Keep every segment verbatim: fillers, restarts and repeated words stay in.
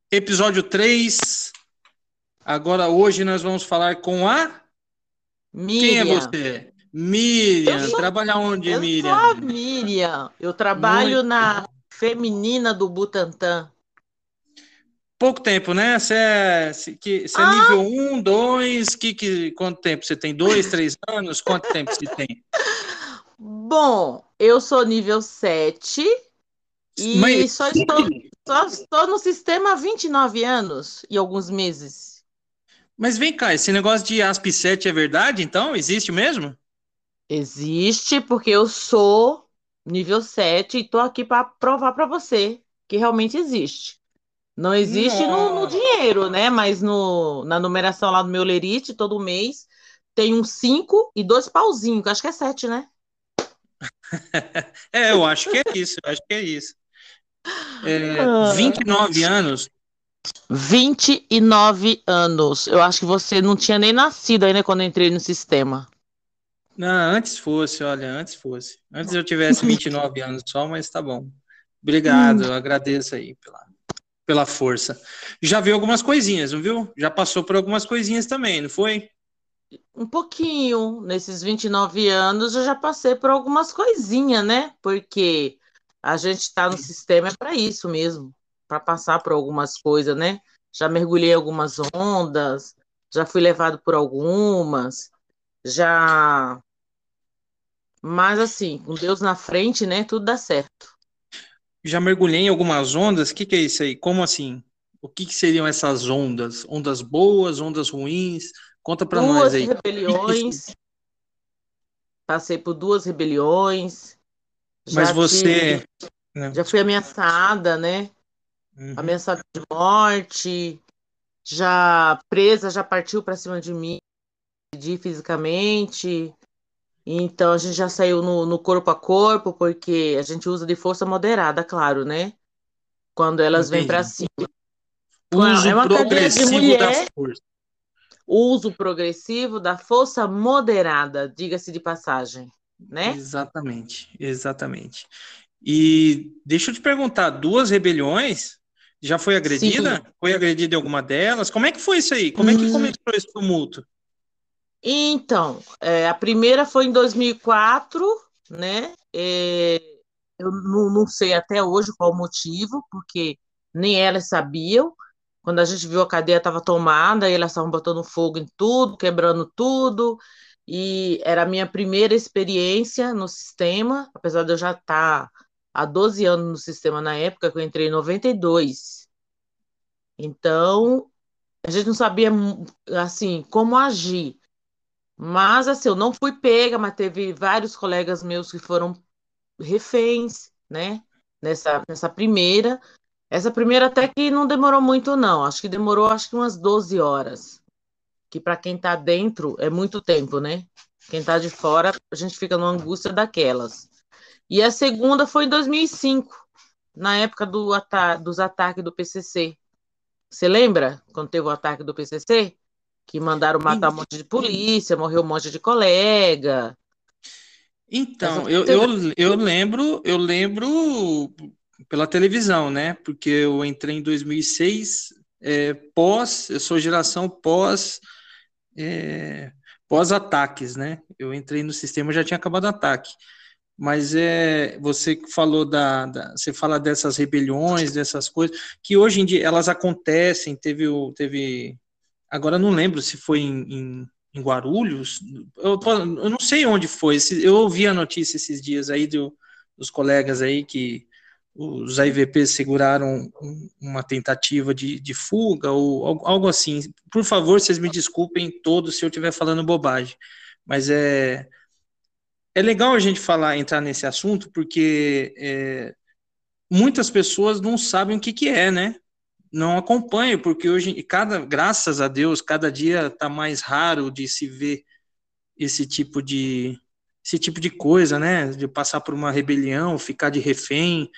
Episódio três. Agora, hoje, nós vamos falar com a... Quem é Miriam, você? eu Miriam. sou, Trabalha onde, eu sou Miriam? a Miriam. Eu trabalho Muito na Feminina do Butantã. pouco tempo, né? Você é, se- que- você é nível Ah, um, dois, que, que, quanto tempo você tem? Dois, três anos? Quanto tempo você tem? bom, eu sou nível sete Mas, e só estou, só estou no sistema há vinte e nove anos e alguns meses. mas vem cá, esse negócio de ASP sete é verdade, então? Existe mesmo? Existe porque eu sou nível sete e estou aqui para provar para você que realmente existe. Não existe no, no Nossa. dinheiro, né? Mas no, na numeração lá do meu lerite, todo mês, tem um cinco e dois pauzinhos, que acho que é sete, né? É, eu acho que é isso, eu acho que é isso. É, Ah. vinte e nove anos. Vinte e nove anos. Eu acho que você não tinha nem nascido ainda quando eu entrei no sistema. Não, antes fosse, olha, antes fosse. Antes eu tivesse vinte e nove anos só, mas tá bom. Obrigado, eu agradeço aí pela, pela força. Já viu algumas coisinhas, não viu? Já passou por algumas coisinhas também, não foi? Um pouquinho, nesses vinte e nove anos, eu já passei por algumas coisinhas, né? Porque a gente está no sistema é para isso mesmo, para passar por algumas coisas, né? Já mergulhei em algumas ondas, já fui levado por algumas, já. Mas assim, com Deus na frente, né? Tudo dá certo. Já mergulhei em algumas ondas. O que que é isso aí? Como assim? O que que seriam essas ondas? Ondas boas, ondas ruins? Conta pra nós Duas aí. Que que isso- rebeliões, passei por duas rebeliões, Mas já tive, você, né, já fui desculpa. ameaçada, né? Uhum. Ameaçada de morte, já presa, já partiu para cima de mim, de fisicamente. Então a gente já saiu no, no corpo a corpo, porque a gente usa de força moderada, claro, né? Quando elas vêm para Entendi. cima. É Uso uma cadeia de progressivo da mulher, força. uso progressivo da força moderada, diga-se de passagem, né? Exatamente, exatamente. E deixa eu te perguntar, duas rebeliões? Já foi Sim. agredida? Foi agredida em alguma delas? Como é que foi isso aí? Como é que Hum, começou esse tumulto? Então, é, a primeira foi em dois mil e quatro, né? É, eu não, não sei até hoje qual o motivo, porque nem elas sabiam. Quando a gente viu a cadeia estava tomada, e elas estavam botando fogo em tudo, quebrando tudo. E era a minha primeira experiência no sistema, apesar de eu já estar há doze anos no sistema na época, que eu entrei em noventa e dois. Então, a gente não sabia, assim, como agir. Mas, assim, eu não fui pega, mas teve vários colegas meus que foram reféns, né? Nessa, nessa primeira. Essa primeira até que não demorou muito, não. Acho que demorou, acho que umas doze horas. Que para quem tá dentro é muito tempo, né? Quem tá de fora, a gente fica numa angústia daquelas. E a segunda foi em dois mil e cinco, na época do ata dos ataques do P C C. Você lembra quando teve o ataque do P C C? Que mandaram matar um En- monte de polícia, morreu um monte de colega. Essa Então, foi a eu, eu, segunda. eu lembro, eu lembro pela televisão, né? Porque eu entrei em dois mil e seis, é, pós, eu sou geração pós, é, pós-ataques, né? Eu entrei no sistema, já tinha acabado o ataque. Mas é, você que falou da, da- você fala dessas rebeliões, dessas coisas, que hoje em dia elas acontecem, teve o, teve, agora eu não lembro se foi em, em, em Guarulhos, eu, po- eu não sei onde foi, esse- eu ouvi a notícia esses dias aí do, dos colegas aí que os A I V Ps seguraram um- uma tentativa de, de fuga ou algo algo assim. Por favor, vocês me desculpem todos se eu estiver falando bobagem, mas é é legal a gente falar, entrar nesse assunto, porque é, muitas pessoas não sabem o que que é, né? Não acompanham, porque hoje, cada, graças a Deus, cada dia está mais raro de se ver esse tipo de, esse tipo de coisa, né? De passar por uma rebelião, ficar de refém.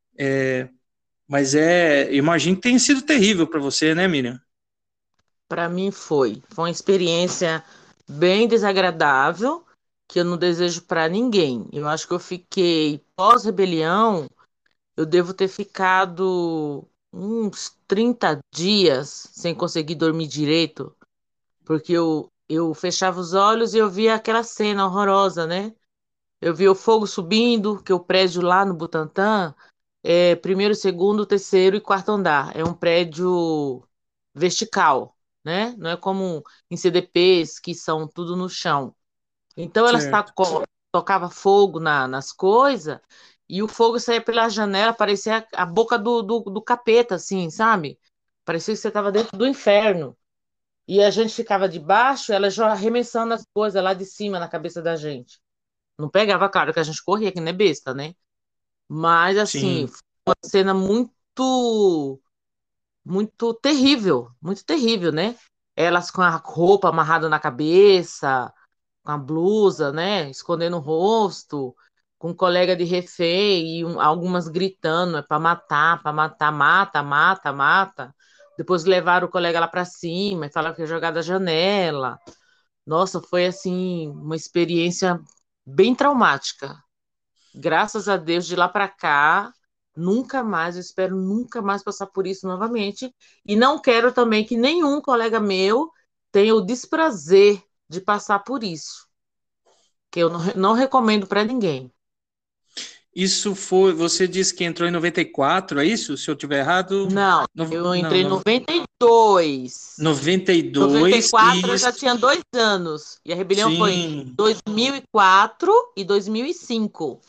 Mas é, imagino que tenha sido terrível para você, né, Miriam? Para mim foi. Foi uma experiência bem desagradável que eu não desejo para ninguém. Eu acho que eu fiquei pós-rebelião, eu devo ter ficado. uns trinta dias sem conseguir dormir direito, porque eu, eu fechava os olhos e eu via aquela cena horrorosa, né? Eu via o fogo subindo, que o prédio lá no Butantã é primeiro, segundo, terceiro e quarto andar. É um prédio vertical, né? Não é como em C D Ps, que são tudo no chão. Então elas Certo. tacou, tocava fogo na- nas coisas e o fogo saía pela janela, parecia a boca do, do, do capeta, assim, sabe? Parecia que você estava dentro do inferno. E a gente ficava debaixo, ela já arremessando as coisas lá de cima na cabeça da gente. Não pegava, claro, que a gente corria, que nem besta, né? Mas, assim, Sim. foi uma cena muito, muito terrível, muito terrível, né? Elas com a roupa amarrada na cabeça, com a blusa, né? Escondendo o rosto, com um colega de refém e um- algumas gritando, é para matar, para matar, mata, mata, mata. Depois levaram o colega lá para cima e falaram que ia jogar da janela. Nossa, foi assim uma experiência bem traumática. Graças a Deus, de lá para cá, nunca mais, eu espero nunca mais passar por isso novamente. E não quero também que nenhum colega meu tenha o desprazer de passar por isso, que eu não, não recomendo para ninguém. Isso foi. Você disse que entrou em noventa e quatro, é isso? Se eu tiver errado. Não, No- eu não, entrei em no- noventa e dois. noventa e noventa e dois quatro e. eu já tinha dois anos. E a rebelião foi em Sim. dois mil e quatro e dois mil e cinco.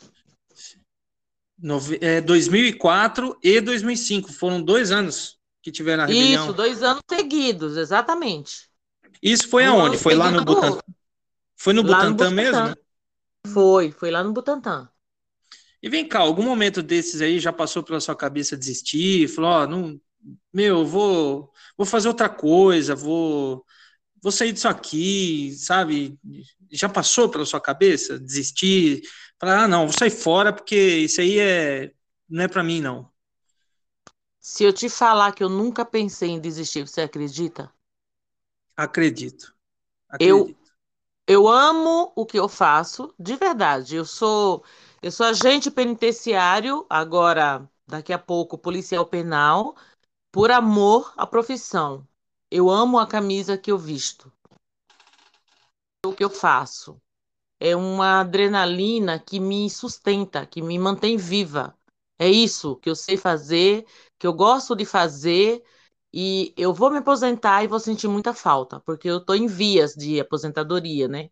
Nove- é, dois mil e quatro e dois mil e cinco. Foram dois anos que tiveram a Isso, rebelião. dois anos seguidos, exatamente. Isso foi Um aonde? ano Foi lá seguido no do Butantã? outro. Foi no Lá no Butantã Butantã. mesmo? Foi, foi lá no Butantã. E vem cá, algum momento desses aí já passou pela sua cabeça desistir? Falou, ó, não, meu, vou, vou fazer outra coisa, vou, vou sair disso aqui, sabe? Já passou pela sua cabeça desistir? Falar, ah, não, vou sair fora porque isso aí é, não é pra mim, não. Se eu te falar que eu nunca pensei em desistir, você acredita? Acredito, Eu acredito. eu amo o que eu faço, de verdade. Eu sou eu sou agente penitenciário, agora daqui a pouco policial penal, por amor à profissão. Eu amo a camisa que eu visto, o que eu faço. É uma adrenalina que me sustenta, que me mantém viva. É isso que eu sei fazer, que eu gosto de fazer, e eu vou me aposentar e vou sentir muita falta, porque eu estou em vias de aposentadoria, né?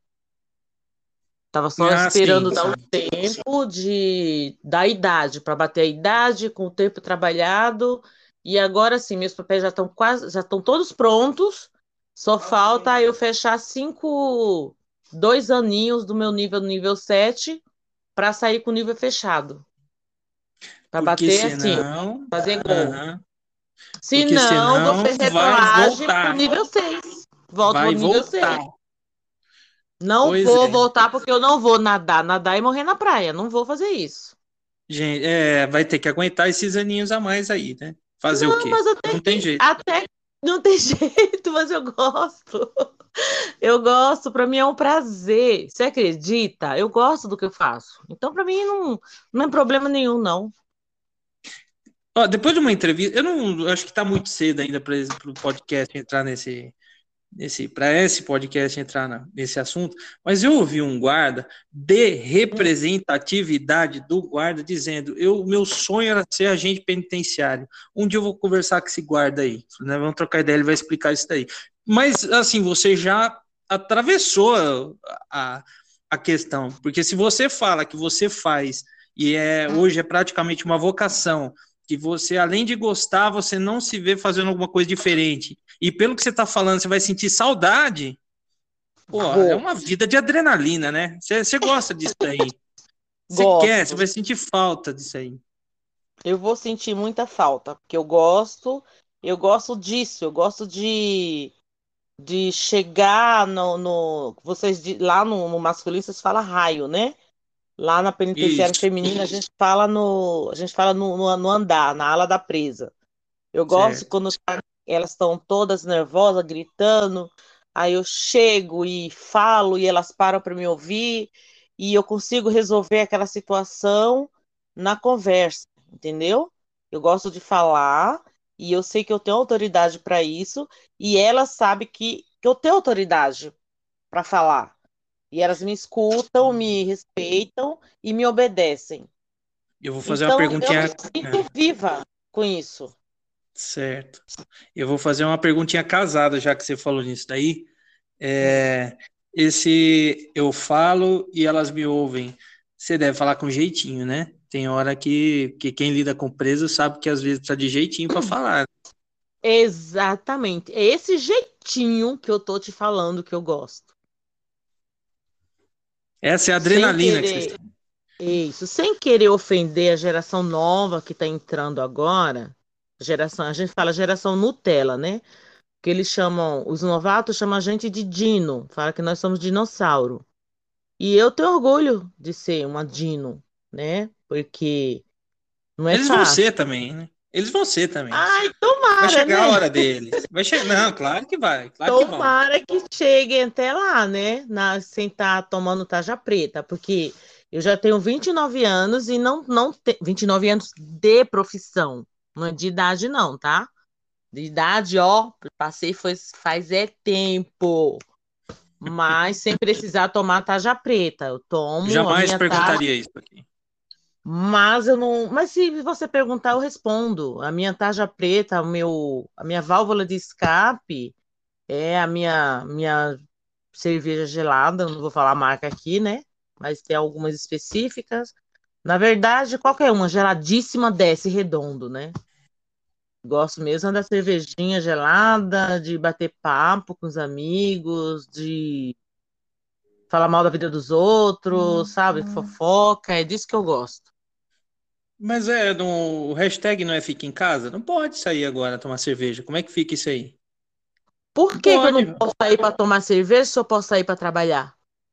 Tava só Ah, sim, esperando dar o sim. tempo de da idade, para bater a idade com o tempo trabalhado, e agora sim, meus papéis já estão quase, já estão todos prontos. Só falta eu fechar cinco, dois aninhos do meu nível, nível sete para sair com o nível fechado. Para Porque bater assim, senão, fazer gol. aham, Se porque não, senão você vai retroage para o voltar, nível seis. Volto para o vai nível seis. voltar. Não Pois vou é. voltar porque eu não vou nadar, nadar e morrer na praia. Não vou fazer isso. Gente, é, vai ter que aguentar esses aninhos a mais aí, né? Fazer o Não, mas quê? até Não tem que, jeito. até não tem jeito, mas eu gosto. Eu gosto, para mim é um prazer. Você acredita? Eu gosto do que eu faço. Então, para mim, não, não é problema nenhum, não. Ó, depois de uma entrevista, eu não eu acho que está muito cedo ainda para o podcast entrar nesse, nesse para esse podcast entrar na- nesse assunto, mas eu ouvi um guarda de representatividade do guarda dizendo: eu, meu sonho era ser agente penitenciário. Um dia eu vou conversar com esse guarda aí, né? Vamos trocar ideia, ele vai explicar isso daí. Mas assim, você já atravessou a, a questão, porque se você fala que você faz e é hoje é praticamente uma vocação, que você além de gostar, você não se vê fazendo alguma coisa diferente. E pelo que você está falando, você vai sentir saudade. Pô, é Vou, uma vida de adrenalina, né? Você, você gosta disso aí. Você quer, você gosto. vai sentir falta disso aí. Eu vou sentir muita falta, porque eu gosto, eu gosto disso, eu gosto de, de chegar no, no- vocês di- lá no, no masculino vocês falam raio, né? Lá na penitenciária Isso, feminina a gente fala no, a gente fala no, no, no andar, na ala da presa. Eu gosto certo. quando tá- elas estão todas nervosas, gritando, aí eu chego e falo e elas param para me ouvir e eu consigo resolver aquela situação na conversa, entendeu? Eu gosto de falar e eu sei que eu tenho autoridade para isso, e ela sabe que, que eu tenho autoridade para falar. E elas me escutam, me respeitam e me obedecem. Eu vou fazer uma Então, eu me perguntinha. sinto viva com isso. Certo. Eu vou fazer uma perguntinha casada, já que você falou nisso daí. Hum. É, esse eu falo e elas me ouvem. Você deve falar com jeitinho, né? Tem hora que, que quem lida com preso sabe que às vezes precisa de jeitinho para falar. Exatamente. É esse jeitinho que eu tô te falando que eu gosto. Essa é a Sem adrenalina que vocês querer, têm. isso, sem querer ofender a geração nova que está entrando agora. Geração, a gente fala geração Nutella, né? Que eles chamam, os novatos chamam a gente de Dino, fala que nós somos dinossauro. E eu tenho orgulho de ser uma Dino, né? Porque não é Eles vão ser fácil. também, né? Eles vão ser também. Ai, Vai tomara, chegar a né? hora deles. Vai chegar. Não, claro que vai. Claro que vão. Tomara que cheguem até lá, né? Na, sem estar tomando tarja preta, porque eu já tenho vinte e nove anos e não, não te, vinte e nove anos de profissão, não é de idade, não, tá? De idade, ó, passei faz, faz é tempo, mas sem precisar tomar tarja preta. Eu tomo a Jamais minha tarja, perguntaria isso aqui. mas eu não. Mas se você perguntar, eu respondo. A minha tarja preta, o meu, a minha válvula de escape. É a minha, minha cerveja gelada, não vou falar a marca aqui, né? Mas tem algumas específicas. Na verdade, qualquer uma, geladíssima desce redondo, né? Gosto mesmo da cervejinha gelada, de bater papo com os amigos, de falar mal da vida dos outros, sabe? Fofoca, é disso que eu gosto. Mas é, no, o hashtag não é fica em casa? Não pode sair agora tomar cerveja. Como é que fica isso aí? Por Não que que eu pode. não posso sair para tomar cerveja se eu posso sair para trabalhar?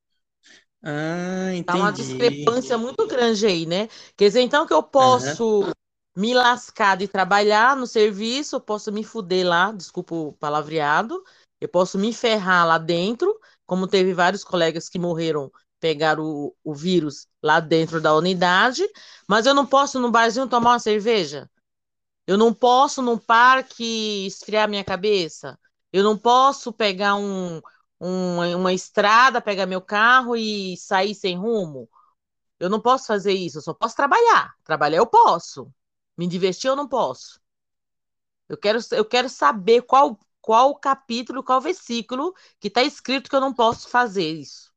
Ah, Tá uma entendi. discrepância muito grande aí, né? Quer dizer, então que eu Aham. posso me lascar de trabalhar no serviço, eu posso me fuder lá, desculpa o palavreado, eu posso me ferrar lá dentro, como teve vários colegas que morreram, pegaram o, o vírus lá dentro da unidade, mas eu não posso no barzinho tomar uma cerveja? Eu não posso num parque esfriar minha cabeça? Eu não posso pegar um, um- uma estrada, pegar meu carro e sair sem rumo? Eu não posso fazer isso, eu só posso trabalhar. Trabalhar eu posso. Me divertir eu não posso. Eu quero, eu quero saber qual, qual capítulo, qual versículo que está escrito que eu não posso fazer isso.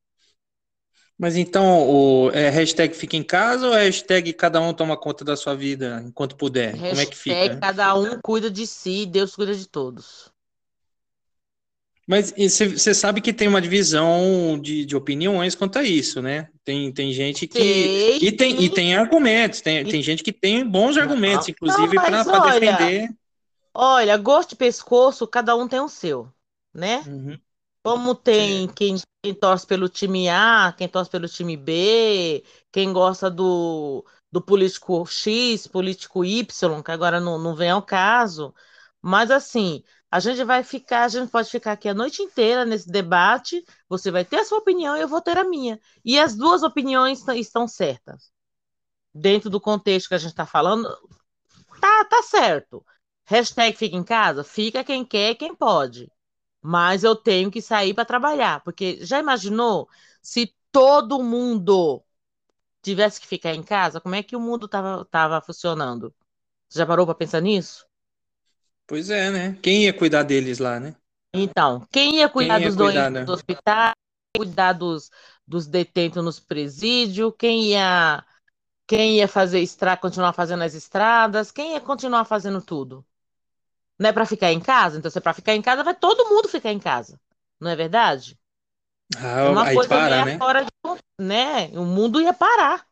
Mas então, o, é hashtag fica em casa ou é hashtag cada um toma conta da sua vida enquanto puder? Como é que Hashtag fica? cada um cuida de si, Deus cuida de todos. Mas você sabe que tem uma divisão de, de opiniões quanto a isso, né? Tem, tem gente que. Sei, E tem, e sim. tem argumentos, tem, E- tem gente que tem bons argumentos, não, não, inclusive, mas para olha, defender. olha, gosto de pescoço, cada um tem o seu, né? Uhum, Como tem certo. quem, quem torce pelo time A, quem torce pelo time B, quem gosta do, do político X, político Y, que agora não, não vem ao caso. Mas assim, a gente vai ficar, a gente pode ficar aqui a noite inteira nesse debate. Você vai ter a sua opinião e eu vou ter a minha. E as duas opiniões t- estão certas. Dentro do contexto que a gente está falando, tá, tá certo. Hashtag fica em casa? Fica quem quer, quem pode. Mas eu tenho que sair para trabalhar, porque já imaginou se todo mundo tivesse que ficar em casa, como é que o mundo estava tava funcionando? Você já parou para pensar nisso? Pois é, né? Quem ia cuidar deles lá, né? Então, quem ia Quem cuidar ia dos doentes cuidar, né? do hospital, cuidar dos, dos detentos nos presídios, quem ia, quem ia fazer estrada, continuar fazendo as estradas, quem ia continuar fazendo tudo? Não é para ficar em casa? Então, se é para ficar em casa, vai todo mundo ficar em casa. Não é verdade? É Ah, uma aí coisa para, meio né? fora de, né? O mundo ia parar.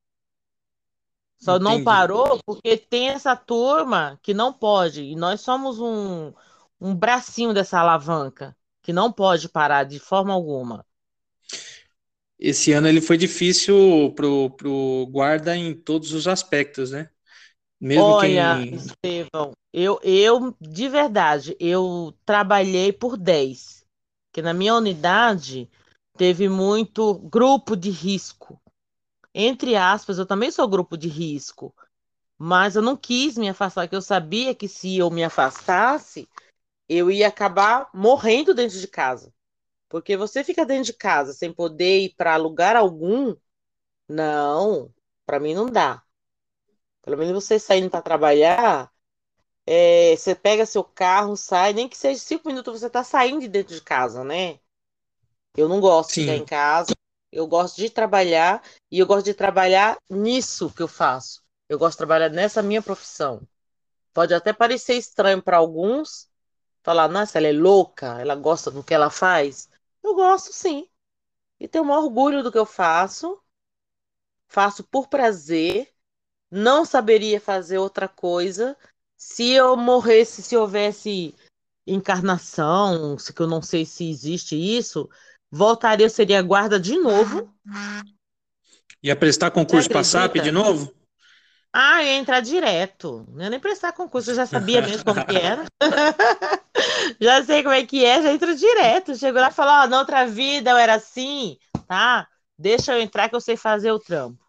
Só não Entendi. parou porque tem essa turma que não pode. E nós somos um, um bracinho dessa alavanca que não pode parar de forma alguma. Esse ano ele foi difícil pro, pro guarda em todos os aspectos, né? Mesmo Olha, quem. Estevão, eu, eu de verdade, eu trabalhei por dez, que na minha unidade teve muito grupo de risco. Entre aspas, eu também sou grupo de risco. Mas eu não quis me afastar, porque eu sabia que se eu me afastasse, eu ia acabar morrendo dentro de casa. Porque você fica dentro de casa sem poder ir para lugar algum, não, para mim não dá. Pelo menos você saindo para trabalhar, é, você pega seu carro, sai, nem que seja cinco minutos, você está saindo de dentro de casa, né? Eu não gosto de ficar em Sim, casa, eu gosto de trabalhar e eu gosto de trabalhar nisso que eu faço. Eu gosto de trabalhar nessa minha profissão. Pode até parecer estranho para alguns, falar, nossa, ela é louca, ela gosta do que ela faz. Eu gosto sim, e tenho o maior orgulho do que eu faço, faço por prazer, não saberia fazer outra coisa. Se eu morresse, se houvesse encarnação, se que eu não sei se existe isso, voltaria, eu seria guarda de novo. ia prestar Você concurso para SAP de acredita? novo? Ah, eu ia entrar direto. Não ia nem prestar concurso, eu já sabia mesmo como que era. Já sei como é que é, já entro direto. Chegou lá e falou, ó, na outra vida eu era assim, tá? Deixa eu entrar que eu sei fazer o trampo.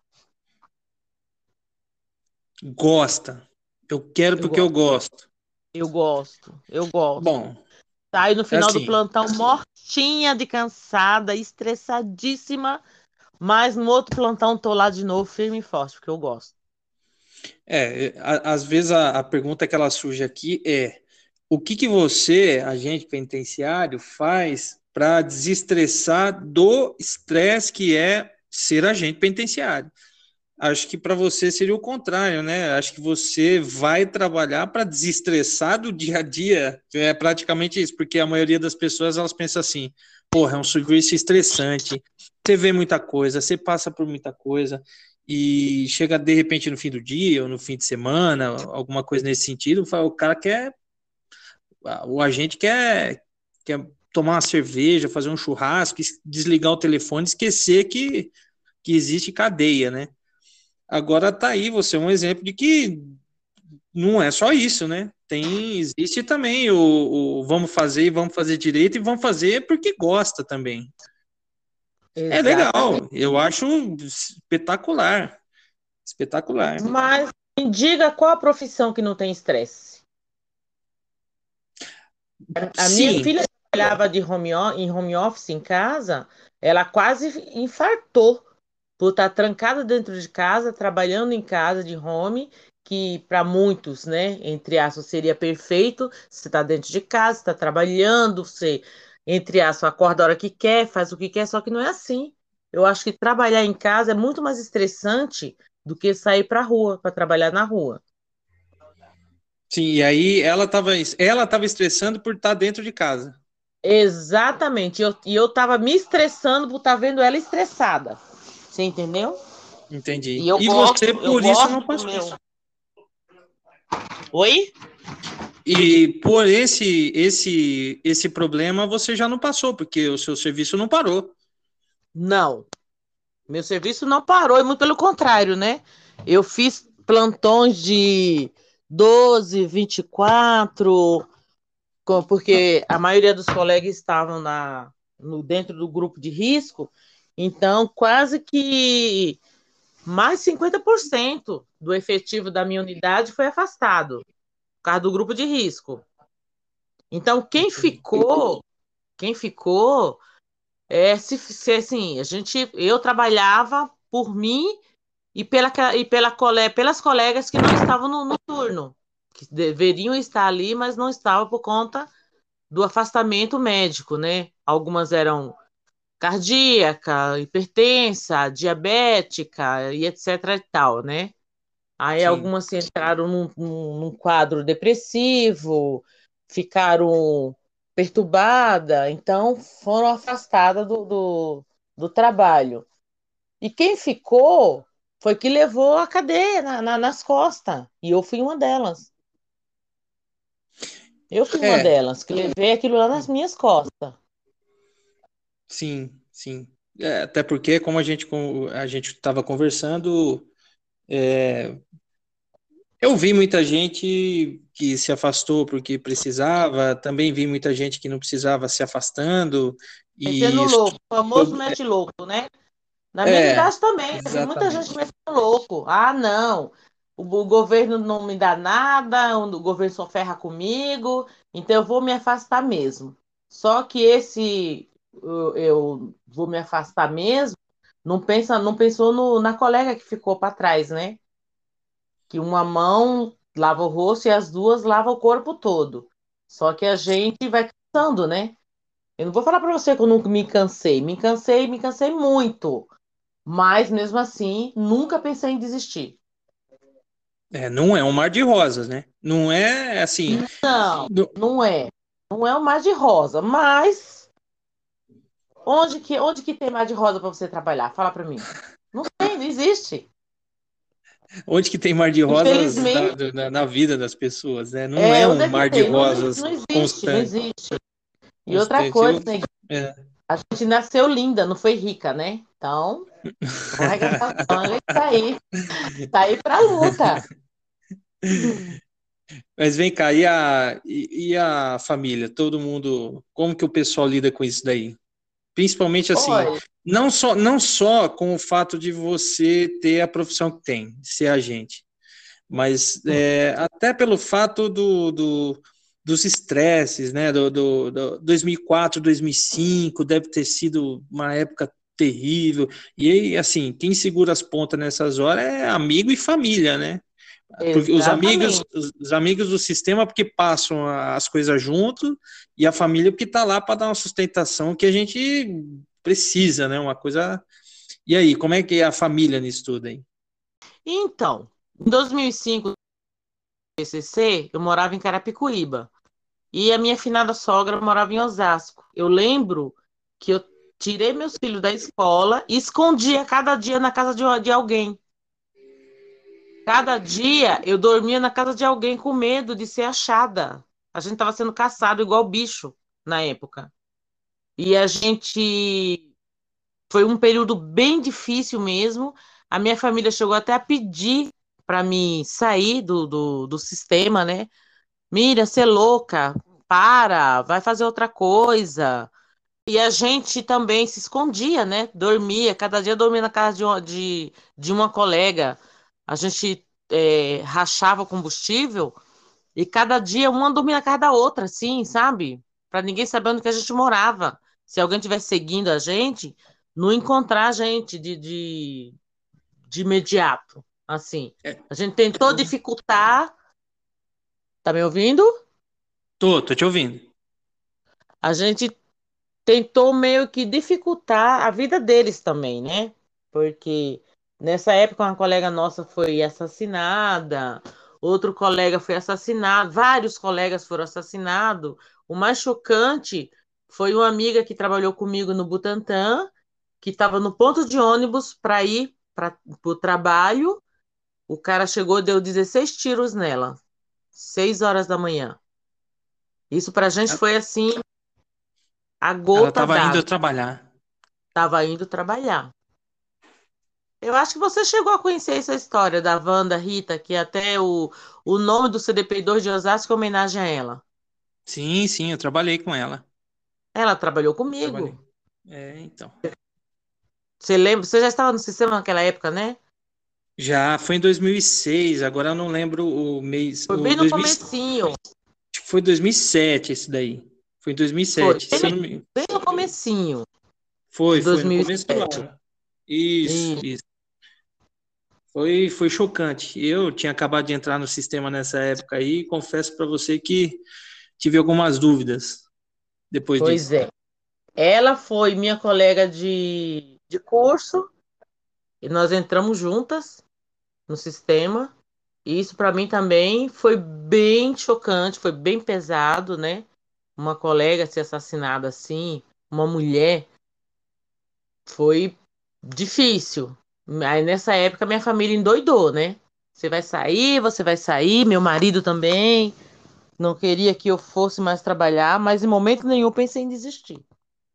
Gosta. Eu quero Eu porque eu gosto, gosto. eu gosto, eu gosto. Bom, Saio no é final do assim, plantão mortinha de cansada, estressadíssima, mas no outro plantão tô lá de novo, firme e forte, porque eu gosto. é, a- às vezes a, a pergunta que ela surge aqui é: o que que você, agente penitenciário, faz para desestressar do estresse que é ser agente penitenciário? Acho que para você seria o contrário, né? Acho que você vai trabalhar para desestressar do dia a dia. É praticamente isso, porque a maioria das pessoas elas pensam assim: porra, é um serviço estressante. Você vê muita coisa, você passa por muita coisa e chega de repente no fim do dia ou no fim de semana, alguma coisa nesse sentido, o cara quer, o agente quer, quer tomar uma cerveja, fazer um churrasco, desligar o telefone, esquecer que, que existe cadeia, né? Agora tá aí, você é um exemplo de que não é só isso, né? Tem, existe também o, o vamos fazer e vamos fazer direito e vamos fazer porque gosta também. É Exatamente. legal, eu acho espetacular, espetacular. Mas me diga qual a profissão que não tem estresse. A minha Sim, filha trabalhava de home, o- em home office em casa, ela quase infartou por estar trancada dentro de casa, trabalhando em casa de home, que para muitos, né, entre aspas, seria perfeito. Você está dentro de casa, está trabalhando, você, entre aspas, acorda a hora que quer, faz o que quer, só que não é assim. Eu acho que trabalhar em casa é muito mais estressante do que sair para a rua, para trabalhar na rua. sim, e aí ela estava ela tava estressando por estar dentro de casa. Exatamente. Eu, e eu tava me estressando por estar vendo ela estressada. Você entendeu? E Entendi. eu E você gosto, eu por isso não gosto do passou. meu. Oi? E por esse esse esse problema você já não passou, porque o seu serviço não parou. Não. Meu serviço não parou, e muito pelo contrário, né? Eu fiz plantões de doze, vinte e quatro, com- porque a maioria dos colegas estavam na, no, dentro do grupo de risco, então quase que mais cinquenta por cento do efetivo da minha unidade foi afastado, por causa do grupo de risco. Então, quem Entendi. ficou, quem ficou, é se, se assim, a gente, eu trabalhava por mim e, pela, e pela cole, pelas colegas que não estavam no, no turno, que deveriam estar ali, mas não estavam por conta do afastamento médico, né? Algumas eram cardíaca, hipertensa, diabética e etc e tal, né? Aí Sim. algumas entraram num, num, num quadro depressivo, ficaram perturbadas, então foram afastadas do, do, do trabalho. E quem ficou foi que levou a cadeia na, na- nas costas. E eu fui uma delas. Eu fui uma É, delas, que levei aquilo lá nas minhas costas. sim, sim. É, até porque, como a gente com- a gente estava conversando, é, eu vi muita gente que se afastou porque precisava, também vi muita gente que não precisava se afastando, Metendo e louco, o famoso sob- mete louco, né? Na minha é, unidade também, eu vi muita gente exatamente. metendo louco. Ah, não. o, o governo não me dá nada, o governo só ferra comigo, então eu vou me afastar mesmo. Só que esse eu, eu vou me afastar mesmo, não pensa, não pensou no, na colega que ficou para trás, né? Que uma mão lava o rosto e as duas lavam o corpo todo. Só que a gente vai cansando, né? Eu não vou falar para você que eu nunca me cansei. Me cansei, me cansei muito. Mas mesmo assim, nunca pensei em desistir. É, não é um mar de rosas, né? Não é assim. Não, do- não é. Não é o mar de rosa, mas onde que, onde que tem mar de rosa para você trabalhar? Fala para mim. Não tem, não existe. Onde que tem mar de rosas da- Infelizmente, do- na, na vida das pessoas, né? Não é é, um onde é que mar de tem? Não, rosas não existe, não constante, existe. E outra constante. coisa, Eu, né? é. A gente nasceu linda, não foi rica, né? Então, vamos arregaçar as mangas e sair, sair pra luta. Mas vem cá, e a, e, e a família? Todo mundo, como que o pessoal lida com isso daí? Principalmente assim, Olha, não só, não só com o fato de você ter a profissão que tem, ser agente, mas é, até pelo fato do, do- dos estresses, né? Do, do, do dois mil e quatro, dois mil e cinco, deve ter sido uma época terrível. E aí, assim, quem segura as pontas nessas horas é amigo e família, né? Porque os amigos, exatamente, os, os amigos do sistema porque passam as coisas junto e a família porque está lá para dar uma sustentação que a gente precisa, né? Uma coisa. E aí, como é que é a família nisso tudo, hein? então, em dois mil e cinco, P C C, eu morava em Carapicuíba. E a minha finada sogra morava em Osasco. Eu lembro que eu tirei meus filhos da escola e escondia cada dia na casa de, de alguém. Cada dia eu dormia na casa de alguém com medo de ser achada. A gente estava sendo caçado igual bicho na época. E a gente. Foi um período bem difícil mesmo. A minha família chegou até a pedir para mim sair do, do, do sistema, né? Mira, você é louca, para, vai fazer outra coisa. E a gente também se escondia, né? Dormia, cada dia dormia na casa de uma, de, de uma colega. A gente é, rachava o combustível e cada dia uma dormia na casa da outra, assim, sabe? Para ninguém saber onde que a gente morava. Se alguém estivesse seguindo a gente, não encontrar a gente de, de, de imediato, assim. É, A gente tentou dificultar. Tá me ouvindo? tô, tô te ouvindo. A gente tentou meio que dificultar a vida deles também, né? Porque nessa época uma colega nossa foi assassinada, outro colega foi assassinado, vários colegas foram assassinados. O mais chocante foi uma amiga que trabalhou comigo no Butantã, que estava no ponto de ônibus para ir para o trabalho. O cara chegou, deu dezesseis tiros nela, seis horas da manhã. Isso para a gente Ela, foi assim, a ela gota tava indo d'água. trabalhar. Estava indo trabalhar. Eu acho que você chegou a conhecer essa história da Wanda Rita, que até o, o nome do C D P dois de Osasco é homenagem a ela. Sim, sim, eu trabalhei com ela. Ela trabalhou Trabalhei. comigo. É, então. Você lembra? Você já estava no sistema naquela época, né? Já foi em dois mil e seis, agora eu não lembro o mês, Foi o bem no dois mil, comecinho. foi dois mil e sete esse daí. Foi em Foi dois mil e sete, bem se eu no, não me... bem no comecinho Foi, de foi no começo do dois mil e sete. ano. Isso, E isso. Foi, foi chocante. Eu tinha acabado de entrar no sistema nessa época aí, e confesso para você que tive algumas dúvidas depois pois disso. é. Ela foi minha colega de, de curso e nós entramos juntas no sistema. E isso para mim também foi bem chocante, foi bem pesado, né? Uma colega ser assassinada assim, uma mulher, foi difícil. Aí nessa época minha família endoidou, né? Você vai sair, você vai sair, meu marido também. Não queria que eu fosse mais trabalhar, mas em momento nenhum pensei em desistir.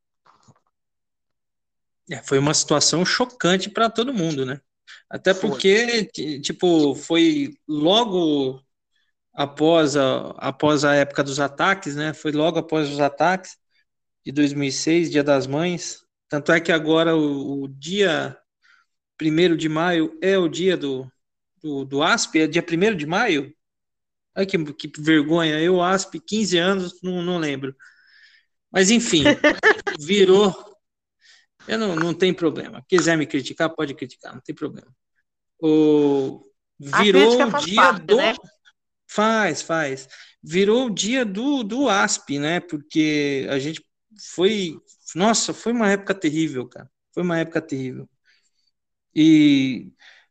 É, foi uma situação chocante para todo mundo, né? Até Foi. porque, ti- tipo, foi logo após a, após a época dos ataques, né? Foi logo após os ataques de dois mil e seis, Dia das Mães. Tanto é que agora o, o dia primeiro de maio é o dia do, do, do ASP, é dia primeiro de maio? Ai, que, que vergonha, eu, ASP, quinze anos, não, não lembro. Mas, enfim, virou. Eu não, não tem problema. Quiser me criticar, pode criticar, não tem problema. O, A virou crítica o faz dia parte, do. né? Faz, faz. Virou o dia do, do ASP, né? Porque a gente foi. Nossa, foi uma época terrível, cara. Foi uma época terrível. E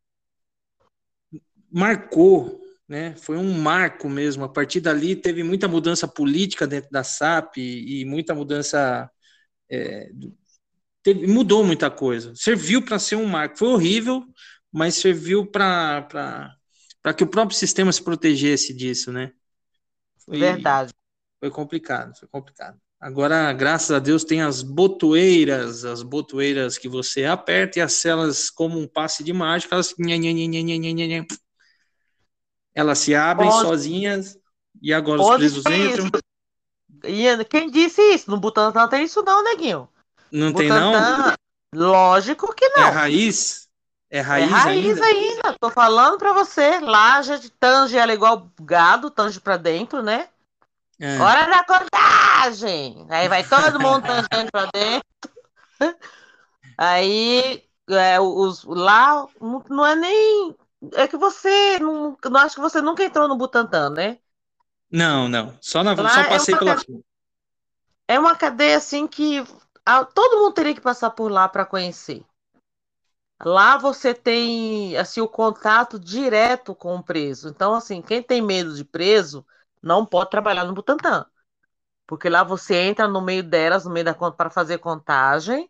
marcou, né? Foi um marco mesmo. A partir dali teve muita mudança política dentro da SAP e, e muita mudança. É, teve, mudou muita coisa. Serviu para ser um marco. Foi horrível, mas serviu para para que o próprio sistema se protegesse disso, né? Foi, Verdade. foi complicado, foi complicado. Agora, graças a Deus, tem as botoeiras, as botoeiras que você aperta e as celas, como um passe de mágica, elas, nhe, nhe, nhe, nhe, nhe, nhe, nhe, elas se abrem Hoje, sozinhas e agora os hoje presos tem isso. entram. E quem disse isso? No Butantan tem isso não, neguinho. Não tem, não? Butantan, lógico que É não. raiz? É É raiz raiz ainda? ainda. Tô falando pra você. Lá a gente tange ela igual gado, tange pra dentro, né? É. Hora da contagem! Aí vai todo mundo tangendo pra dentro. Aí é, os, lá não, não é nem. É que você não, não acho que você nunca entrou no Butantan, né? Não, não. Só, na, só Lá é passei uma, pela ca- frente. é uma cadeia assim que a- todo mundo teria que passar por lá para conhecer. Lá você tem assim o contato direto com o preso. Então, assim, quem tem medo de preso não pode trabalhar no Butantan, porque lá você entra no meio delas, no meio da conta para fazer contagem.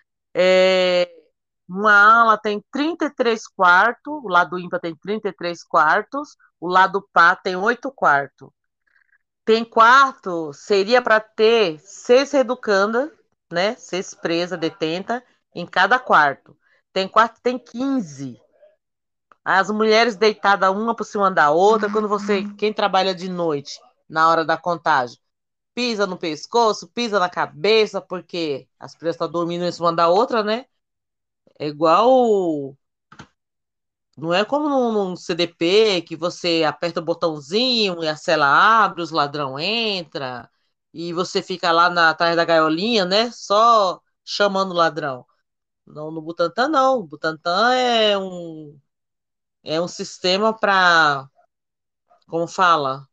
É, uma ala tem trinta e três quartos, o lado ímpar tem trinta e três quartos, o lado par tem oito quartos. Tem quarto, seria para ter seis educandas, né? Seis presas, detenta, em cada quarto. Tem quarto, tem quinze. As mulheres deitadas uma por cima da outra, quando você, quem trabalha de noite, na hora da contagem, pisa no pescoço, pisa na cabeça, porque as presas estão dormindo em cima da outra, né? É igual. Não é como num, num C D P que você aperta o botãozinho e a cela abre, os ladrão entra, e você fica lá na, atrás da gaiolinha, né? Só chamando o ladrão. Não, no Butantan não. O Butantan é um, é um sistema para, como fala,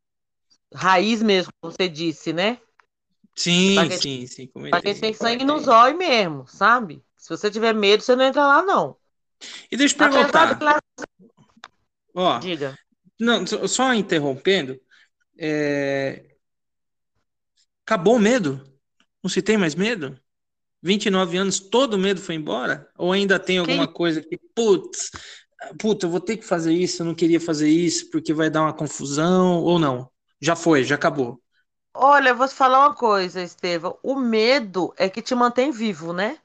raiz mesmo, como você disse, né? Para Sim, quem, sim, sim, pra quem tem comentei. sangue nos olhos mesmo, sabe? Se você tiver medo, você não entra lá, não. E deixa eu Apesar de perguntar, que lá. ó, Diga. não, só só interrompendo, é, acabou o medo? Não se tem mais medo? vinte e nove anos, todo o medo foi embora? Ou ainda tem alguma Quem coisa que, putz, puta, eu vou ter que fazer isso, eu não queria fazer isso porque vai dar uma confusão, ou não? Já foi, já acabou. Olha, eu vou te falar uma coisa, Estevão. O medo é que te mantém vivo, né?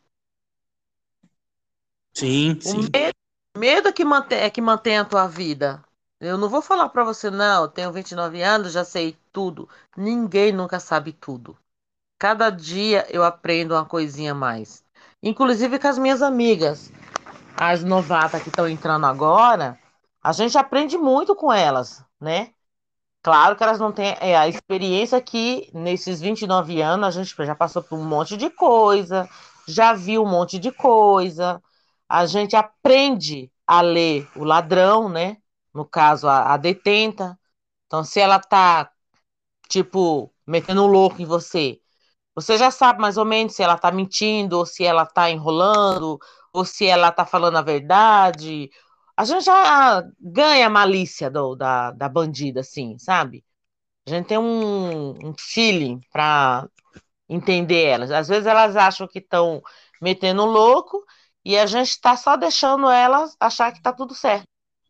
Sim, O sim. medo, medo é que mantém, é que mantém a tua vida. Eu não vou falar pra você, não, eu tenho vinte e nove anos, já sei tudo. Ninguém nunca sabe tudo. Cada dia eu aprendo uma coisinha a mais. Inclusive com as minhas amigas, as novatas que estão entrando agora, a gente aprende muito com elas, né? Claro que elas não têm é, a experiência que nesses vinte e nove anos a gente já passou por um monte de coisa, já viu um monte de coisa, a gente aprende a ler o ladrão, né? No caso, a, a detenta. Então, se ela tá, tipo, metendo um louco em você, você já sabe mais ou menos se ela tá mentindo, ou se ela tá enrolando, ou se ela tá falando a verdade. A gente já ganha a malícia do, da, da bandida, assim, sabe? A gente tem um, um feeling para entender elas. Às vezes elas acham que estão metendo um louco e a gente está só deixando elas achar que está tudo certo.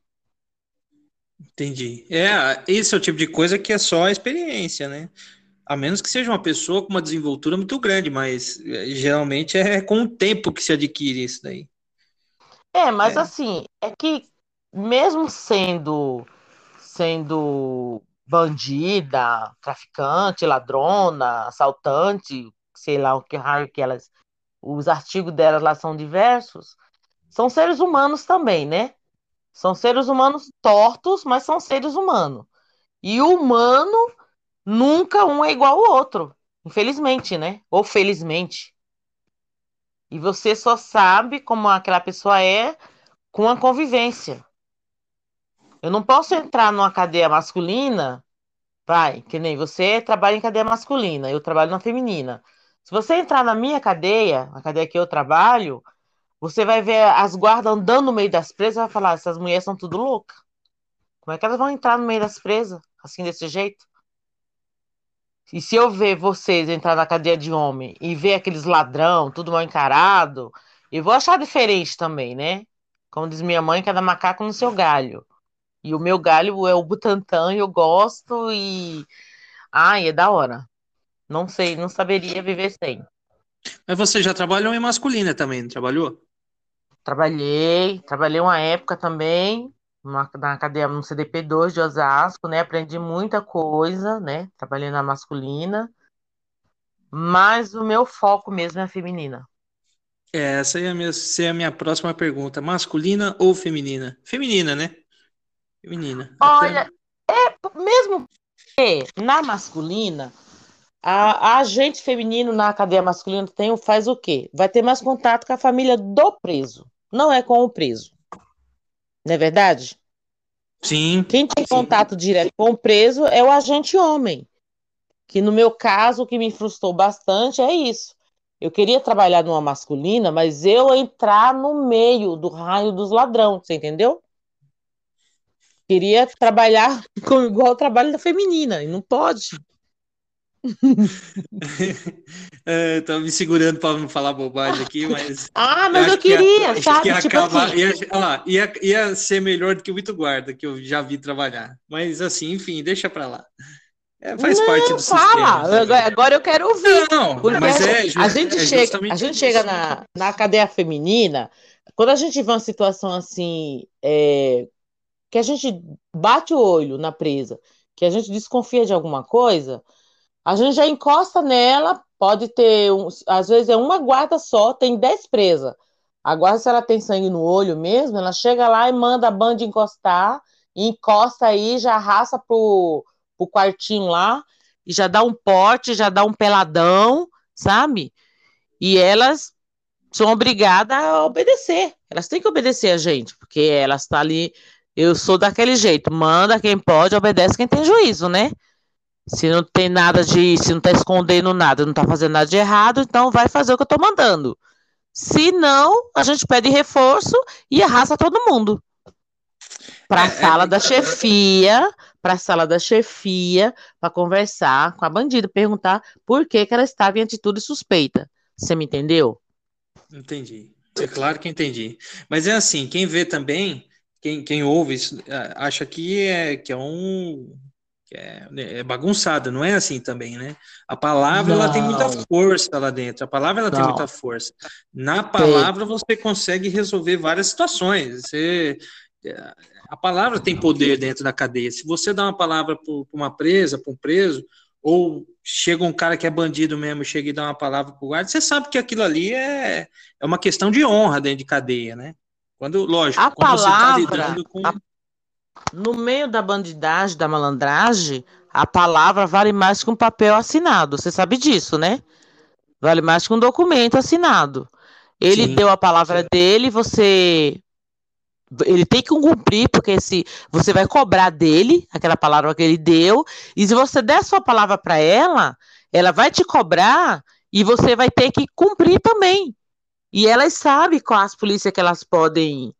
Entendi. É, esse é o tipo de coisa que é só a experiência, né? A menos que seja uma pessoa com uma desenvoltura muito grande, mas é, geralmente é com o tempo que se adquire isso daí. É, mas É, assim, é que mesmo sendo sendo bandida, traficante, ladrona, assaltante, sei lá o que raio que elas, os artigos delas lá são diversos, são seres humanos também, né? São seres humanos tortos, mas são seres humanos. E o humano, nunca um é igual ao outro. Infelizmente, né? Ou felizmente. E você só sabe como aquela pessoa é com a convivência. Eu não posso entrar numa cadeia masculina, vai, que nem você trabalha em cadeia masculina, eu trabalho na feminina. Se você entrar na minha cadeia, a cadeia que eu trabalho, você vai ver as guardas andando no meio das presas e vai falar, essas mulheres são tudo loucas. Como é que elas vão entrar no meio das presas, assim, desse jeito? E se eu ver vocês entrar na cadeia de homem e ver aqueles ladrão, tudo mal encarado, eu vou achar diferente também, né? Como diz minha mãe, cada macaco no seu galho. E o meu galho é o Butantã, e eu gosto e... Ai, é da hora. Não sei, não saberia viver sem. Mas você já trabalhou em masculina também, não trabalhou? Trabalhei, trabalhei uma época também na, na cadeia no C D P dois de Osasco, né? Aprendi muita coisa, né? Trabalhei na masculina, mas o meu foco mesmo é a feminina. É, essa ia me- ser a minha próxima pergunta. Masculina ou feminina? Feminina, né? Feminina. Até. Olha, mesmo que na masculina, a, a agente feminino na cadeia masculina tem, faz o quê? Vai ter mais contato com a família do preso, não é com o preso, não é verdade? Sim, Quem tem sim. contato direto com o preso é o agente homem. Que no meu caso, o que me frustrou bastante é isso. Eu queria trabalhar numa masculina, mas eu entrar no meio do raio dos ladrões, você entendeu? Queria trabalhar com igual o trabalho da feminina, e não pode. É, tô me segurando para não falar bobagem aqui, mas Ah, eu mas eu acho que ia, queria, que ia sabe? Tipo acabar, assim, ia, olha lá, ia, ia ser melhor do que o muito guarda que eu já vi trabalhar. Mas assim, enfim, deixa para lá. É, faz parte não, do sistema. fala. Agora agora eu quero ouvir. Não, Porque mas a é, a just, gente é chega, a justamente gente chega isso. na, na cadeia feminina, quando a gente vê uma situação assim, é, que a gente bate o olho na presa, que a gente desconfia de alguma coisa, a gente já encosta nela, pode ter, um, às vezes é uma guarda só, tem dez presas. A guarda, se ela tem sangue no olho mesmo, ela chega lá e manda a banda encostar, e encosta aí, já arrasta pro, pro quartinho lá, e já dá um porte, já dá um peladão, sabe? E elas são obrigadas a obedecer. Elas têm que obedecer a gente, porque elas estão tá ali. Eu sou daquele jeito, manda quem pode, obedece quem tem juízo, né? Se não tem nada de, se não tá escondendo nada, não tá fazendo nada de errado, então vai fazer o que eu tô mandando. Se não, a gente pede reforço e arrasta todo mundo para a É, é sala da porque. chefia, para a sala da chefia, para conversar com a bandida, perguntar por que que ela estava em atitude suspeita. Você me entendeu? Entendi. É claro que entendi. Mas é assim, quem vê também, quem, quem ouve isso, é, acha que é, que é um. Que é, é bagunçado, não é assim também, né? A palavra ela tem muita Não, força lá dentro. A palavra ela tem muita não. força. Na Tem. palavra você consegue resolver várias situações. Você, é, a palavra tem poder dentro da cadeia. Se você dá uma palavra para uma presa, para um preso, ou chega um cara que é bandido mesmo, chega e dá uma palavra para o guarda, você sabe que aquilo ali é, é uma questão de honra dentro de cadeia, né? Quando, A lógico, quando você está palavra, lidando com. a- no meio da bandidagem, da malandragem, a palavra vale mais que um papel assinado. Você sabe disso, né? Vale mais que um documento assinado. Ele Sim, deu a palavra dele, você. Ele tem que cumprir, porque se você vai cobrar dele aquela palavra que ele deu, e se você der a sua palavra para ela, ela vai te cobrar e você vai ter que cumprir também. E elas sabem quais polícias que elas podem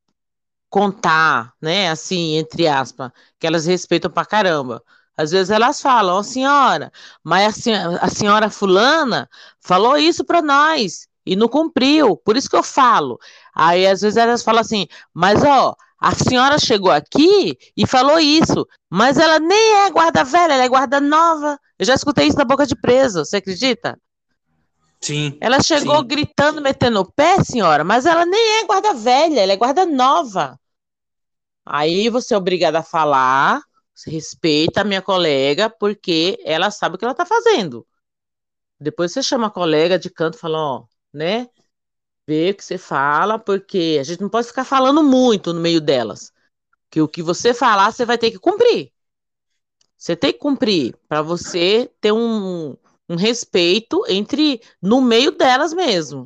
contar, né? Assim, entre aspas, que elas respeitam pra caramba. Às vezes elas falam, ó, senhora, mas a senhora, a senhora fulana falou isso para nós e não cumpriu, por isso que eu falo. Aí às vezes elas falam assim, mas ó, a senhora chegou aqui e falou isso, mas ela nem é guarda velha, ela é guarda nova. Eu já escutei isso da boca de preso, você acredita? sim, Ela chegou sim. gritando, metendo o pé, senhora, mas ela nem é guarda velha, ela é guarda nova. Aí você é obrigada a falar, respeita a minha colega, porque ela sabe o que ela está fazendo. Depois você chama a colega de canto e fala, ó, né? Vê o que você fala, porque a gente não pode ficar falando muito no meio delas. Que o que você falar, você vai ter que cumprir. Você tem que cumprir para você ter um, um respeito entre no meio delas mesmo.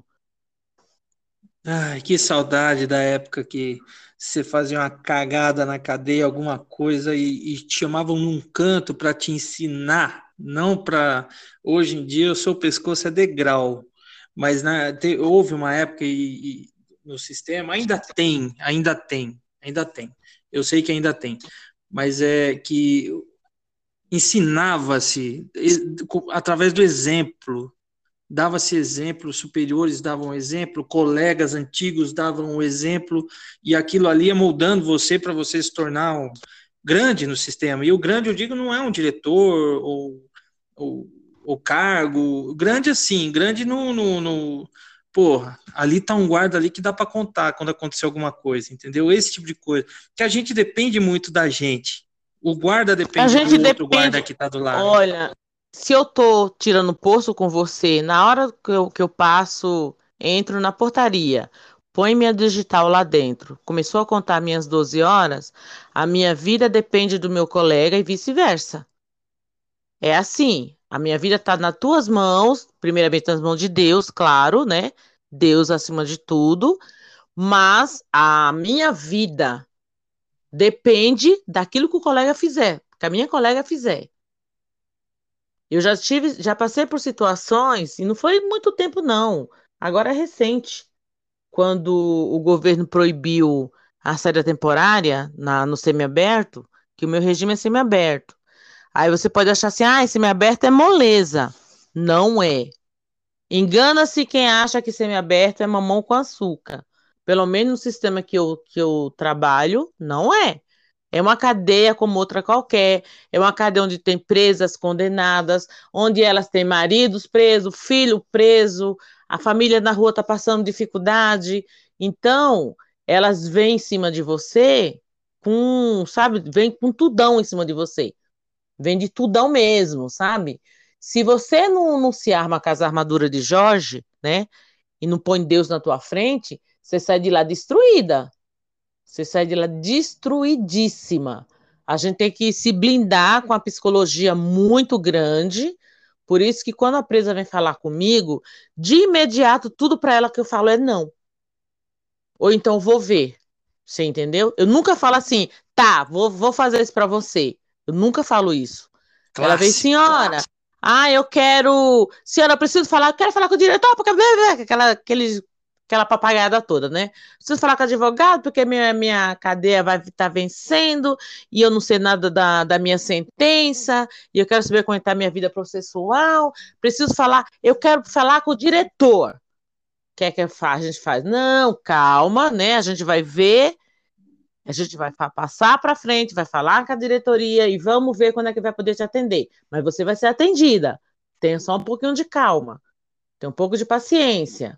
Ai, que saudade da época que você fazia uma cagada na cadeia, alguma coisa, e, e te chamavam num canto para te ensinar, não para. Hoje em dia, o seu pescoço é degrau, mas na, te- houve uma época e, e no sistema, ainda tem, ainda tem, ainda tem. Eu sei que ainda tem, mas é que ensinava-se e- através do exemplo. Dava-se exemplo, superiores davam exemplo, colegas antigos davam o exemplo, e aquilo ali ia moldando você para você se tornar um grande no sistema. E o grande, eu digo, não é um diretor ou, ou, ou cargo, grande assim, grande no, no, no. Porra, ali tá um guarda ali que dá para contar quando acontecer alguma coisa, entendeu? Esse tipo de coisa. Que a gente depende muito da gente. O guarda A depende do gente outro guarda depende. que tá do lado. Olha, se eu tô tirando poço com você, na hora que eu, que eu passo, entro na portaria, põe minha digital lá dentro, começou a contar minhas doze horas, a minha vida depende do meu colega e vice-versa. É assim, a minha vida está nas tuas mãos, primeiramente nas mãos de Deus, claro, né? Deus acima de tudo, mas a minha vida depende daquilo que o colega fizer, que a minha colega fizer. Eu já tive, já passei por situações, e não foi muito tempo, não. Agora é recente, quando o governo proibiu a saída temporária na, no semiaberto, que o meu regime é semiaberto. Aí você pode achar assim, ah, semiaberto é moleza. Não é. Engana-se quem acha que semiaberto é mamão com açúcar. Pelo menos no sistema que eu, que eu trabalho, não é. É uma cadeia como outra qualquer. É uma cadeia onde tem presas condenadas, onde elas têm maridos presos, filho preso, a família na rua está passando dificuldade. Então, elas vêm em cima de você com, sabe, vem com tudão em cima de você. Vem de tudão mesmo, sabe? Se você não, não se arma com as armaduras de Jorge, né? E não põe Deus na tua frente, você sai de lá destruída. Você sai de lá destruidíssima. A gente tem que se blindar com a psicologia muito grande. Por isso que quando a presa vem falar comigo, de imediato, tudo para ela que eu falo é não. Ou então vou ver. Você entendeu? Eu nunca falo assim, tá, vou, vou fazer isso para você. Eu nunca falo isso. Ela vem, Classe. senhora, ah, eu quero. Senhora, eu preciso falar, eu quero falar com o diretor, porque aquela, aquele, aquela papagaiada toda, né? Preciso falar com o advogado, porque minha, minha cadeia vai estar vencendo e eu não sei nada da, da minha sentença, e eu quero saber como está a minha vida processual. Preciso falar, eu quero falar com o diretor. Quer que a gente faz? Não, calma, né? A gente vai ver, a gente vai passar para frente, vai falar com a diretoria e vamos ver quando é que vai poder te atender. Mas você vai ser atendida. Tenha só um pouquinho de calma, tenha um pouco de paciência.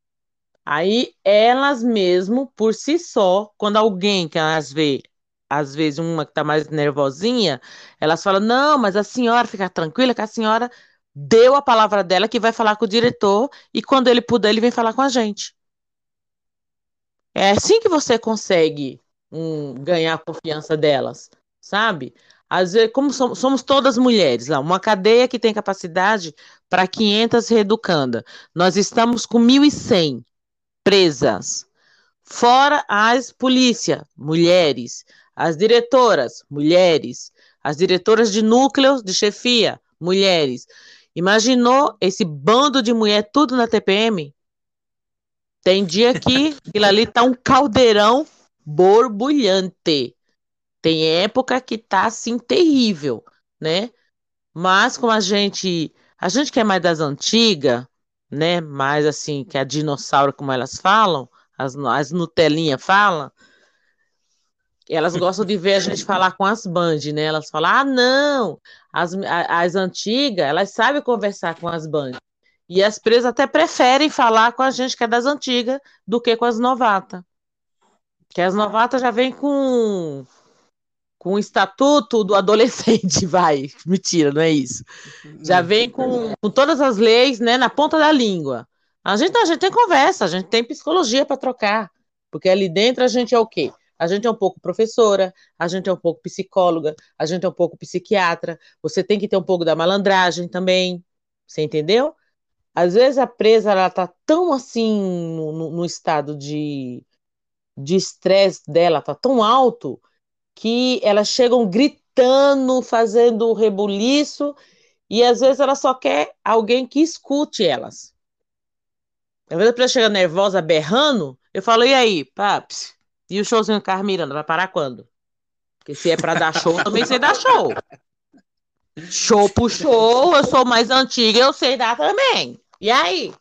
Aí elas mesmo, por si só, quando alguém que elas vê, às vezes uma que está mais nervosinha, elas falam: não, mas a senhora fica tranquila que a senhora deu a palavra dela que vai falar com o diretor e quando ele puder, ele vem falar com a gente. É assim que você consegue um, ganhar a confiança delas, sabe? Às vezes, como somos, somos todas mulheres lá, uma cadeia que tem capacidade para quinhentas reeducanda. Nós estamos com mil e cem presas. Fora as polícia, mulheres. As diretoras, mulheres. As diretoras de núcleos de chefia, mulheres. Imaginou esse bando de mulher tudo na T P M? Tem dia que aquilo ali tá um caldeirão borbulhante. Tem época que tá assim terrível, né? Mas como a gente, a gente que é mais das antigas, né? Mais assim, que é a dinossauro, como elas falam, as, as Nutelinha falam, elas gostam de ver a gente falar com as band, né? Elas falam, ah, não, as, a- as antigas, elas sabem conversar com as band. E as presas até preferem falar com a gente que é das antigas do que com as novatas. Que as novatas já vêm com, com o estatuto do adolescente, vai. Mentira, não é isso. Já vem com, com todas as leis, né, na ponta da língua. A gente, a gente tem conversa, a gente tem psicologia para trocar, porque ali dentro a gente é o quê? A gente é um pouco professora, a gente é um pouco psicóloga, a gente é um pouco psiquiatra, você tem que ter um pouco da malandragem também, você entendeu? Às vezes a presa, ela tá tão assim, no, no- no estado de de estresse dela, tá tão alto, que elas chegam gritando, fazendo rebuliço, e às vezes ela só quer alguém que escute elas. Às vezes a pessoa chega nervosa, berrando, eu falo, e aí, paps? E o showzinho do Carlos Miranda, vai parar quando? Porque se é pra dar show, eu também sei dar show. Show pro show, eu sou mais antiga, eu sei dar também. E aí?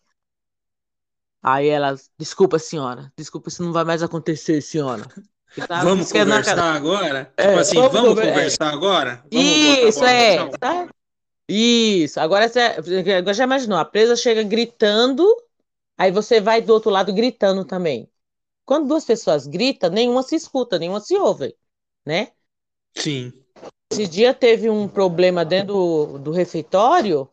Aí elas, desculpa, senhora, desculpa, isso não vai mais acontecer, senhora. Que tá, Vamos isso que é na, conversar agora? Tipo é, assim, vamos vamos conver- é. conversar agora? Vamos botar a Isso, bola no é. chão? Tá? Isso. Agora você agora já imaginou, a presa chega gritando, aí você vai do outro lado gritando também. Quando duas pessoas gritam, nenhuma se escuta, nenhuma se ouve, né? Sim. Esse dia teve um problema dentro do, do refeitório,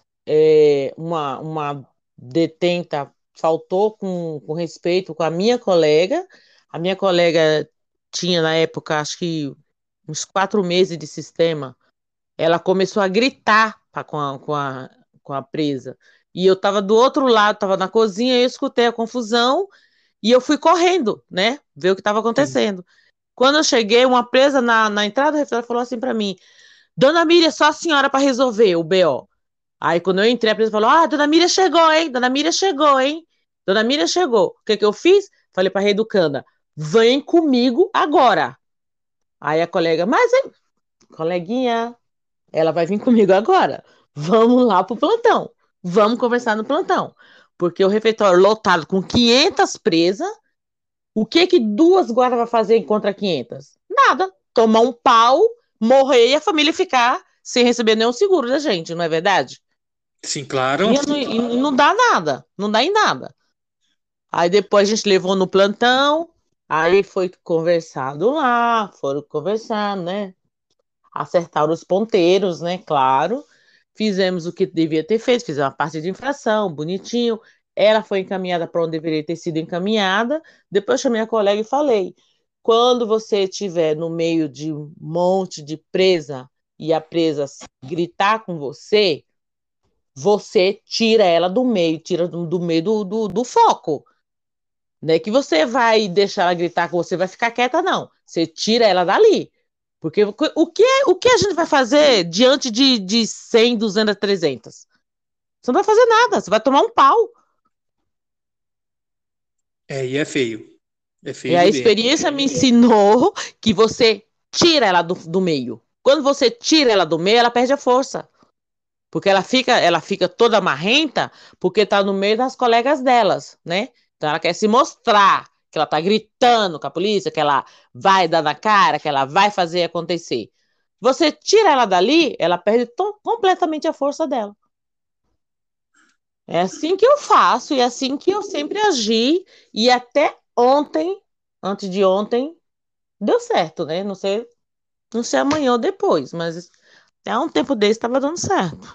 é, uma, uma detenta faltou com, com respeito com a minha colega. A minha colega tinha, na época, acho que uns quatro meses de sistema. Ela começou a gritar pra- com a, com a, com a presa. E eu estava do outro lado, estava na cozinha, eu escutei a confusão e eu fui correndo, né? Ver o que estava Sim. acontecendo. Quando eu cheguei, uma presa na, na entrada do refeitório falou assim para mim: Dona Miriam, só a senhora para resolver o B O. Aí quando eu entrei, a presa falou: Ah, Dona Miriam chegou, hein? Dona Miriam chegou, hein? Dona Miriam chegou. O que que eu fiz? Falei para a reeducanda: Vem comigo agora. Aí a colega, mas, hein, coleguinha, ela vai vir comigo agora. Vamos lá pro plantão. Vamos conversar no plantão. Porque o refeitório lotado com quinhentas presas, o que que duas guardas vai fazer contra quinhentas? Nada. Tomar um pau, morrer e a família ficar sem receber nenhum seguro da gente, não é verdade? Sim, claro. E não, e não dá nada, não dá em nada. Aí depois a gente levou no plantão, aí foi conversado lá, foram conversar, né? Acertaram os ponteiros, né? Claro. Fizemos o que devia ter feito, fizemos uma parte de infração, bonitinho. Ela foi encaminhada para onde deveria ter sido encaminhada. Depois chamei a colega e falei: quando você estiver no meio de um monte de presa e a presa gritar com você, você tira ela do meio, tira do, do meio do, do, do foco. Não é que você vai deixar ela gritar com você, vai ficar quieta, não. Você tira ela dali. Porque o que, o que a gente vai fazer diante de, de cem, duzentas, trezentas? Você não vai fazer nada, você vai tomar um pau. É, e é feio. É E feio a de ver. experiência me ensinou que você tira ela do, do meio. Quando você tira ela do meio, ela perde a força. Porque ela fica, ela fica toda marrenta porque tá no meio das colegas delas, né? Então ela quer se mostrar, que ela tá gritando com a polícia, que ela vai dar na cara, que ela vai fazer acontecer. Você tira ela dali, ela perde to- completamente a força dela. É assim que eu faço e é assim que eu sempre agi e até ontem, antes de ontem, deu certo, né? Não sei, não sei amanhã ou depois, mas até um tempo desse estava dando certo.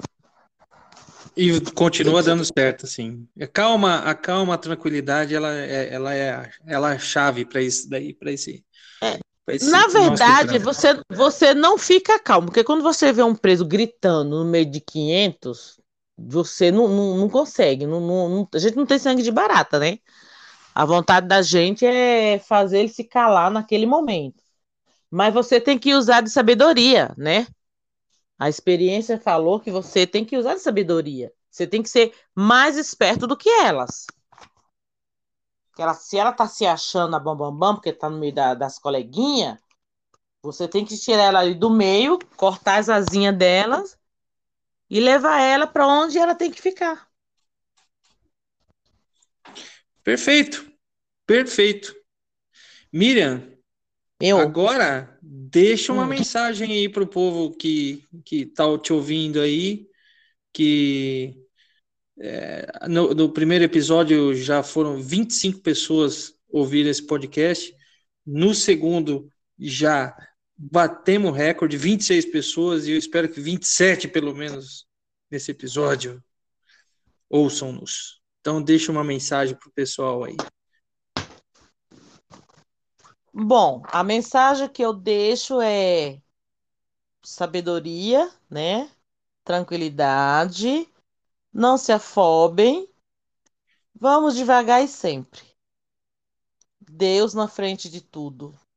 E continua dando certo, assim. A calma, a calma, a tranquilidade, ela é, ela é, a- ela é a chave para isso daí, para esse, para Na esse nosso verdade, trampo. você, você não fica calmo, porque quando você vê um preso gritando no meio de quinhentos, você não, não, não consegue. Não, não- não- a gente não tem sangue de barata, né? A vontade da gente é fazer ele se calar naquele momento. Mas você tem que usar de sabedoria, né? A experiência falou que você tem que usar de sabedoria. Você tem que ser mais esperto do que elas. Que ela, se ela tá se achando a bambambam, bam, bam, porque tá no meio da- das coleguinhas, você tem que tirar ela ali do meio, cortar as asinhas delas e levar ela para onde ela tem que ficar. Perfeito, perfeito. Miriam, Eu. agora deixa uma Hum. mensagem aí para o povo que que tá te ouvindo aí, que é, no, no primeiro episódio já foram vinte e cinco pessoas ouvir esse podcast. No segundo já batemos o recorde, vinte e seis pessoas, e eu espero que vinte e sete pelo menos nesse episódio ouçam-nos. Então, deixa uma mensagem para o pessoal aí. Bom, a mensagem que eu deixo é sabedoria, né? Tranquilidade, não se afobem, vamos devagar e sempre. Deus na frente de tudo.